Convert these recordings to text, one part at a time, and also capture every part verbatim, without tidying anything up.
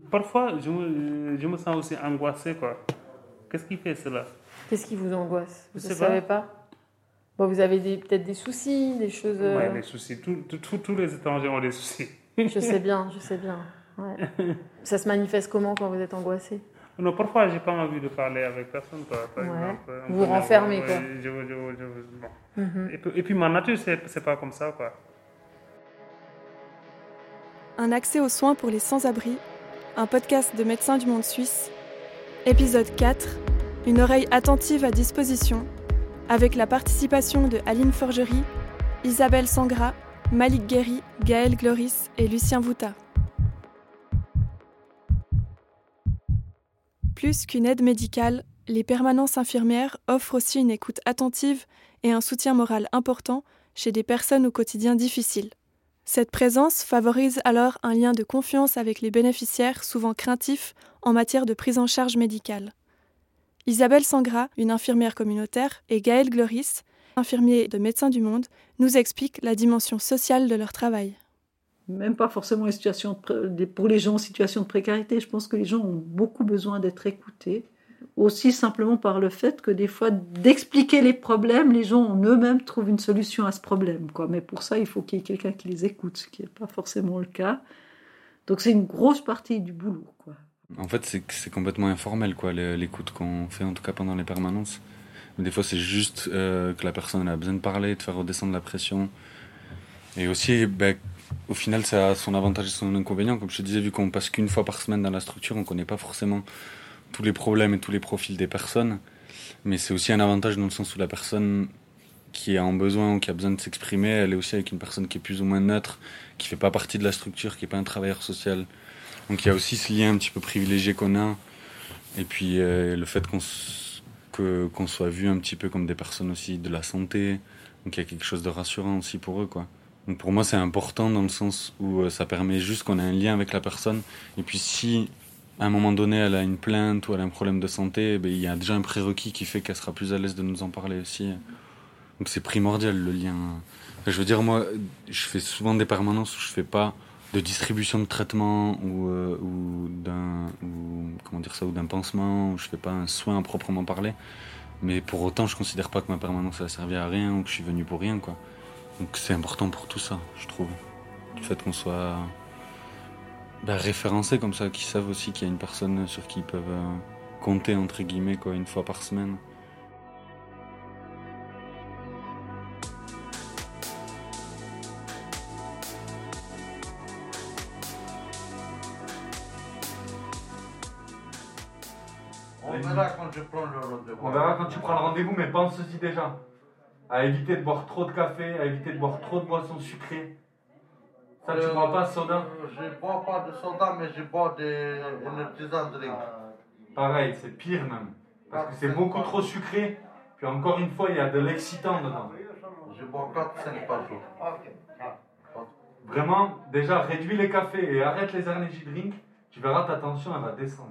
Parfois, je me, je me sens aussi angoissé, quoi. Qu'est-ce qui fait cela? Qu'est-ce qui vous angoisse? Vous Je ne sais savez pas. pas? Bon, vous avez des, peut-être des soucis, des choses... euh, Ouais, les soucis. Tout- tout- tout- tous les étrangers ont des soucis. Je sais bien, je sais bien. Ouais. Ça se manifeste comment quand vous êtes angoissé? Non, parfois, j'ai pas envie de parler avec personne, quoi. Par Ouais. exemple, un Vous peu vous renfermez, nerveux, quoi. ouais, je, je, je, je- bon. Mhm. Et puis, et puis, ma nature, c'est, c'est pas comme ça, quoi. Un accès aux soins pour les sans-abri, un podcast de Médecins du Monde Suisse, épisode quatre, une oreille attentive à disposition, avec la participation de Aline Forgerie, Isabelle Sangra, Malik Guéry, Gaël Gloris et Lucien Vouta. Plus qu'une aide médicale, les permanences infirmières offrent aussi une écoute attentive et un soutien moral important chez des personnes au quotidien difficile. Cette présence favorise alors un lien de confiance avec les bénéficiaires souvent craintifs en matière de prise en charge médicale. Isabelle Sangra, une infirmière communautaire, et Gaël Gloris, infirmier de Médecins du Monde, nous expliquent la dimension sociale de leur travail. Même pas forcément les situations de pré- pour les gens en situation de précarité. Je pense que les gens ont beaucoup besoin d'être écoutés. Aussi simplement par le fait que des fois, d'expliquer les problèmes, les gens en eux-mêmes trouvent une solution à ce problème, quoi. Mais pour ça, il faut qu'il y ait quelqu'un qui les écoute, ce qui n'est pas forcément le cas. Donc c'est une grosse partie du boulot, quoi. En fait, c'est, c'est complètement informel, quoi, l'écoute qu'on fait, en tout cas pendant les permanences. Mais des fois, c'est juste euh, que la personne elle a besoin de parler, de faire redescendre la pression. Et aussi, ben, au final, ça a son avantage et son inconvénient. Comme je te disais, vu qu'on passe qu'une fois par semaine dans la structure, on ne connaît pas forcément tous les problèmes et tous les profils des personnes. Mais c'est aussi un avantage dans le sens où la personne qui est en besoin ou qui a besoin de s'exprimer, elle est aussi avec une personne qui est plus ou moins neutre, qui ne fait pas partie de la structure, qui n'est pas un travailleur social. Donc il y a aussi ce lien un petit peu privilégié qu'on a. Et puis euh, le fait qu'on, que, qu'on soit vu un petit peu comme des personnes aussi de la santé. Donc il y a quelque chose de rassurant aussi pour eux, quoi. Donc pour moi c'est important dans le sens où euh, ça permet juste qu'on ait un lien avec la personne. Et puis si à un moment donné elle a une plainte ou elle a un problème de santé, ben, il y a déjà un prérequis qui fait qu'elle sera plus à l'aise de nous en parler aussi. Donc c'est primordial le lien. Enfin, je veux dire, moi je fais souvent des permanences où je fais pas de distribution de traitement ou, euh, ou d'un ou, comment dire ça, ou d'un pansement, où je fais pas un soin à proprement parler. Mais pour autant je considère pas que ma permanence a servi à rien ou que je suis venu pour rien, quoi. Donc c'est important pour tout ça, je trouve. Le fait qu'on soit bah, référencés comme ça, qu'ils savent aussi qu'il y a une personne sur qui ils peuvent euh, compter, entre guillemets, quoi, une fois par semaine. On verra quand je prends le rendez-vous. On verra quand tu prends le rendez-vous, mais pense-y déjà à éviter de boire trop de café, à éviter de boire trop de boissons sucrées. Ça, tu Euh, bois pas de soda? Je ne bois pas de soda, mais je bois des énergisants drink. Pareil, c'est pire même. Parce que c'est beaucoup trop sucré. Puis encore une fois, il y a de l'excitant dedans. Je bois quatre cinq par jour. Vraiment, déjà, réduis les cafés et arrête les energy drinks. Tu verras, ta tension, elle va descendre.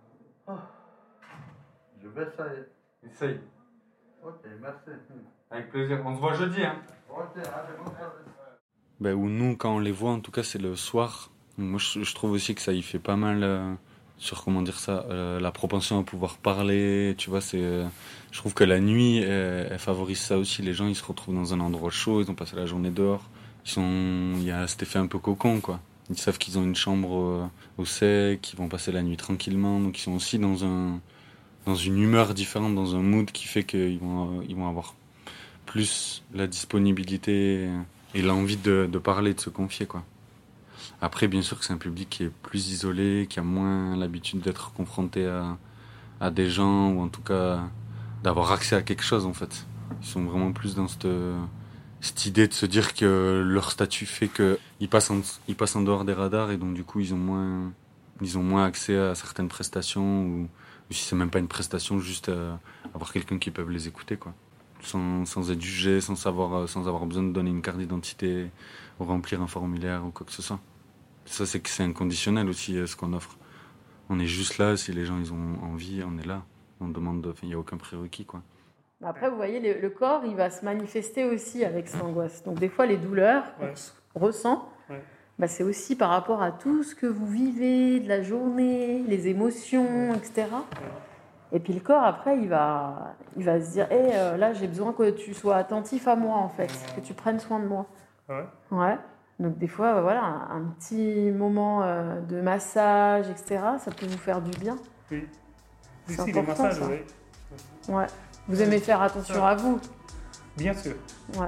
Je vais essayer. Essaye. Ok, merci. Avec plaisir. On se voit jeudi, hein. Ok, allez, bonne soirée. Ben, ou nous, quand on les voit, en tout cas, c'est le soir. Moi, je, je trouve aussi que ça y fait pas mal euh, sur, comment dire ça, euh, la propension à pouvoir parler. Tu vois, c'est, euh, je trouve que la nuit, elle, elle favorise ça aussi. Les gens, ils se retrouvent dans un endroit chaud, ils ont passé la journée dehors. Ils sont, il y a cet effet un peu cocon, quoi. Ils savent qu'ils ont une chambre euh, au sec, qu'ils vont passer la nuit tranquillement. Donc, ils sont aussi dans un, dans une humeur différente, dans un mood qui fait qu'ils vont, ils vont avoir plus la disponibilité et l'envie de, de parler, de se confier, quoi. Après, bien sûr que c'est un public qui est plus isolé, qui a moins l'habitude d'être confronté à, à des gens, ou en tout cas d'avoir accès à quelque chose, en fait. Ils sont vraiment plus dans cette, cette idée de se dire que leur statut fait qu'ils passent en, ils passent en dehors des radars, et donc du coup, ils ont moins, ils ont moins accès à certaines prestations, ou, ou si c'est même pas une prestation, juste à avoir quelqu'un qui peut les écouter, quoi. Sans, sans être jugé, sans, savoir, sans avoir besoin de donner une carte d'identité ou remplir un formulaire ou quoi que ce soit. Ça, c'est que c'est inconditionnel aussi, ce qu'on offre. On est juste là, si les gens ils ont envie, on est là. On demande, enfin, il n'y a aucun prérequis, quoi. Après, vous voyez, le, le corps, il va se manifester aussi avec cette angoisse. Donc des fois, les douleurs Ouais. qu'on ressent, Ouais. bah, c'est aussi par rapport à tout ce que vous vivez, de la journée, les émotions, et cetera. Et puis le corps, après, il va, il va se dire hey, euh, là, j'ai besoin que tu sois attentif à moi, en fait, que tu prennes soin de moi. Ouais. Ouais. Donc, des fois, bah, voilà, un, un petit moment euh, de massage, et cetera, ça peut vous faire du bien. Oui. C'est Ici, les important, massages, ça. oui. Ouais. Vous aimez faire attention à vous. Bien sûr. Ouais.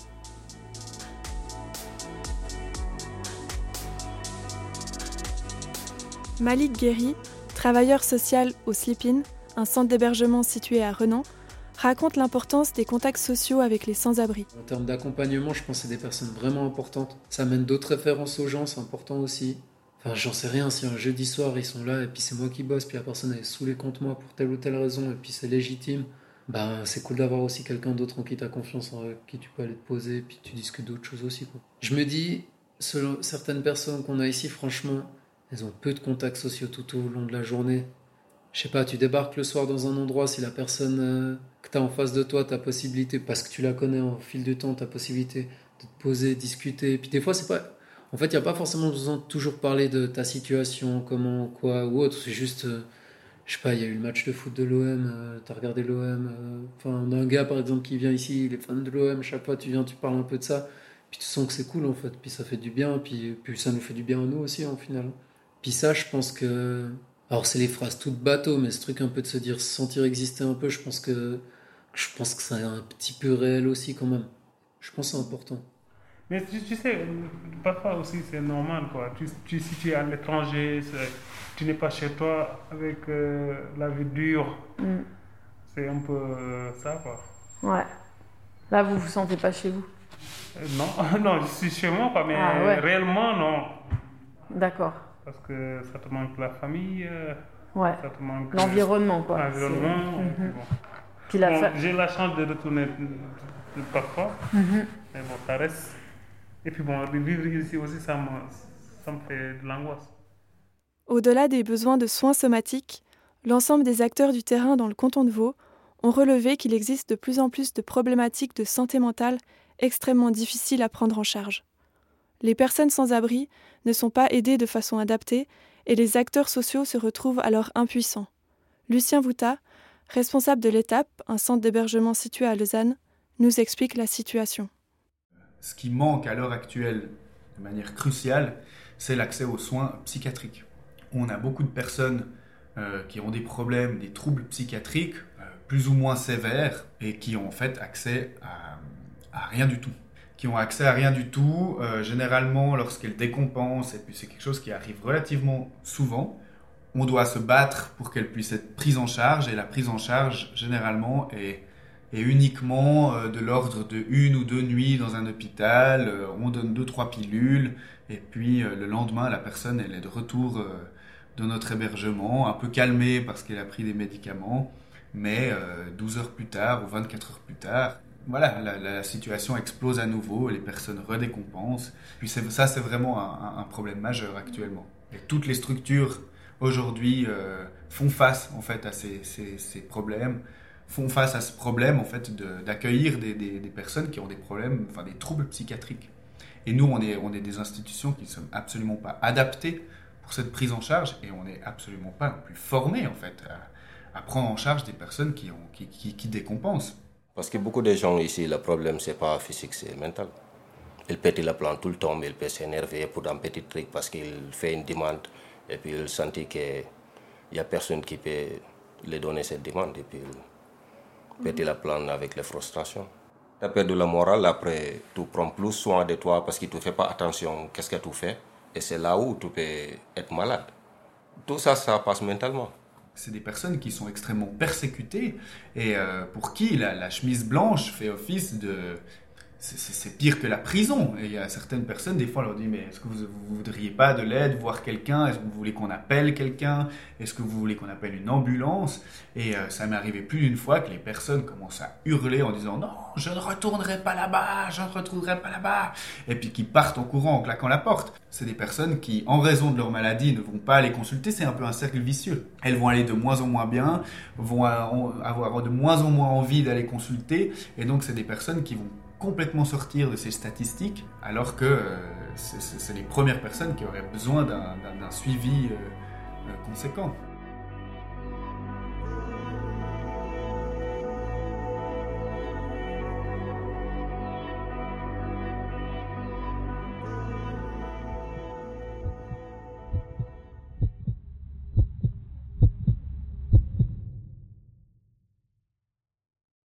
Malik Guéry, travailleur social au Sleep-In, un centre d'hébergement situé à Renan, raconte l'importance des contacts sociaux avec les sans-abri. En termes d'accompagnement, je pense que c'est des personnes vraiment importantes. Ça amène d'autres références aux gens, c'est important aussi. Enfin, j'en sais rien, si un jeudi soir ils sont là et puis c'est moi qui bosse, puis la personne elle est saoulée contre moi pour telle ou telle raison et puis c'est légitime, ben c'est cool d'avoir aussi quelqu'un d'autre en qui tu as confiance, en qui tu peux aller te poser et puis tu discutes d'autres choses aussi, quoi. Je me dis, selon certaines personnes qu'on a ici, franchement, elles ont peu de contacts sociaux tout au long de la journée. Je sais pas, tu débarques le soir dans un endroit, si la personne euh, que tu as en face de toi, tu as possibilité, parce que tu la connais au fil du temps, tu as possibilité de te poser, discuter. Et puis des fois, c'est pas... En fait, il n'y a pas forcément besoin de toujours parler de ta situation, comment, quoi ou autre. C'est juste, euh, je sais pas, il y a eu le match de foot de l'O M, euh, tu as regardé l'O M. Enfin, euh, on a un gars, par exemple, qui vient ici, il est fan de l'O M, chaque fois tu viens, tu parles un peu de ça. Puis tu sens que c'est cool, en fait. Puis ça fait du bien, puis, puis ça nous fait du bien à nous aussi, en final. Puis ça, je pense que... Alors, c'est les phrases toutes bateau, mais ce truc un peu de se dire, se sentir exister un peu, je pense que je pense que c'est un petit peu réel aussi, quand même. Je pense que c'est important. Mais tu, tu sais, parfois aussi, c'est normal, quoi. Tu, tu, si tu es à l'étranger, c'est, tu n'es pas chez toi avec euh, la vie dure. Mm. C'est un peu euh, ça, quoi. Ouais. Là, vous vous sentez pas chez vous? euh, Non, non, je suis chez moi, quoi, mais ah, ouais. réellement, non. D'accord. Parce que ça te manque la famille, euh, ouais. ça te manque l'environnement, quoi. L'environnement. Mm-hmm. Bon. Puis la bon, fa... J'ai la chance de retourner parfois, mm-hmm. mais bon, ça reste. Et puis bon, vivre ici aussi, ça me, ça me fait de l'angoisse. Au-delà des besoins de soins somatiques, l'ensemble des acteurs du terrain dans le canton de Vaud ont relevé qu'il existe de plus en plus de problématiques de santé mentale extrêmement difficiles à prendre en charge. Les personnes sans abri ne sont pas aidées de façon adaptée et les acteurs sociaux se retrouvent alors impuissants. Lucien Vouta, responsable de l'Étape, un centre d'hébergement situé à Lausanne, nous explique la situation. Ce qui manque à l'heure actuelle, de manière cruciale, c'est l'accès aux soins psychiatriques. On a beaucoup de personnes euh, qui ont des problèmes, des troubles psychiatriques, euh, plus ou moins sévères, et qui ont en fait accès à, à rien du tout. Qui ont accès à rien du tout, euh, généralement lorsqu'elles décompensent, et puis c'est quelque chose qui arrive relativement souvent, on doit se battre pour qu'elles puissent être prises en charge, et la prise en charge, généralement, est, est uniquement euh, de l'ordre de une ou deux nuits dans un hôpital, euh, on donne deux, trois pilules, et puis euh, le lendemain, la personne, elle est de retour euh, dans notre hébergement, un peu calmée parce qu'elle a pris des médicaments, mais euh, douze heures plus tard ou vingt-quatre heures plus tard, voilà, la, la situation explose à nouveau, les personnes redécompensent. Puis c'est, ça, c'est vraiment un, un problème majeur actuellement. Et toutes les structures aujourd'hui euh, font face en fait à ces, ces, ces problèmes, font face à ce problème en fait de, d'accueillir des, des, des personnes qui ont des problèmes, enfin des troubles psychiatriques. Et nous, on est, on est des institutions qui ne sont absolument pas adaptées pour cette prise en charge, et on n'est absolument pas non plus formés en fait à, à prendre en charge des personnes qui, ont, qui, qui, qui décompensent. Parce que beaucoup de gens ici, le problème, ce n'est pas physique, c'est mental. Il pète la plante tout le temps, mais il peut s'énerver pour un petit truc parce qu'il fait une demande et puis il sentit qu'il n'y a personne qui peut lui donner cette demande et puis il pète la plante avec les frustrations. Tu as perdu la morale, après tu prends plus soin de toi parce que tu ne fais pas attention à ce que tu fais et c'est là où tu peux être malade. Tout ça, ça passe mentalement. C'est des personnes qui sont extrêmement persécutées et euh, pour qui la, la chemise blanche fait office de... C'est, c'est, c'est pire que la prison. Et il y a certaines personnes, des fois, on leur dit « Mais est-ce que vous ne voudriez pas de l'aide, voir quelqu'un? Est-ce que vous voulez qu'on appelle quelqu'un? Est-ce que vous voulez qu'on appelle une ambulance ?» Et euh, ça m'est arrivé plus d'une fois que les personnes commencent à hurler en disant « Non, je ne retournerai pas là-bas, je ne retournerai pas là-bas !» Et puis qui partent en courant, en claquant la porte. C'est des personnes qui, en raison de leur maladie, ne vont pas aller consulter. C'est un peu un cercle vicieux. Elles vont aller de moins en moins bien, vont avoir de moins en moins envie d'aller consulter. Et donc, c'est des personnes qui vont complètement sortir de ces statistiques, alors que euh, c'est, c'est les premières personnes qui auraient besoin d'un, d'un, d'un suivi euh, euh, conséquent.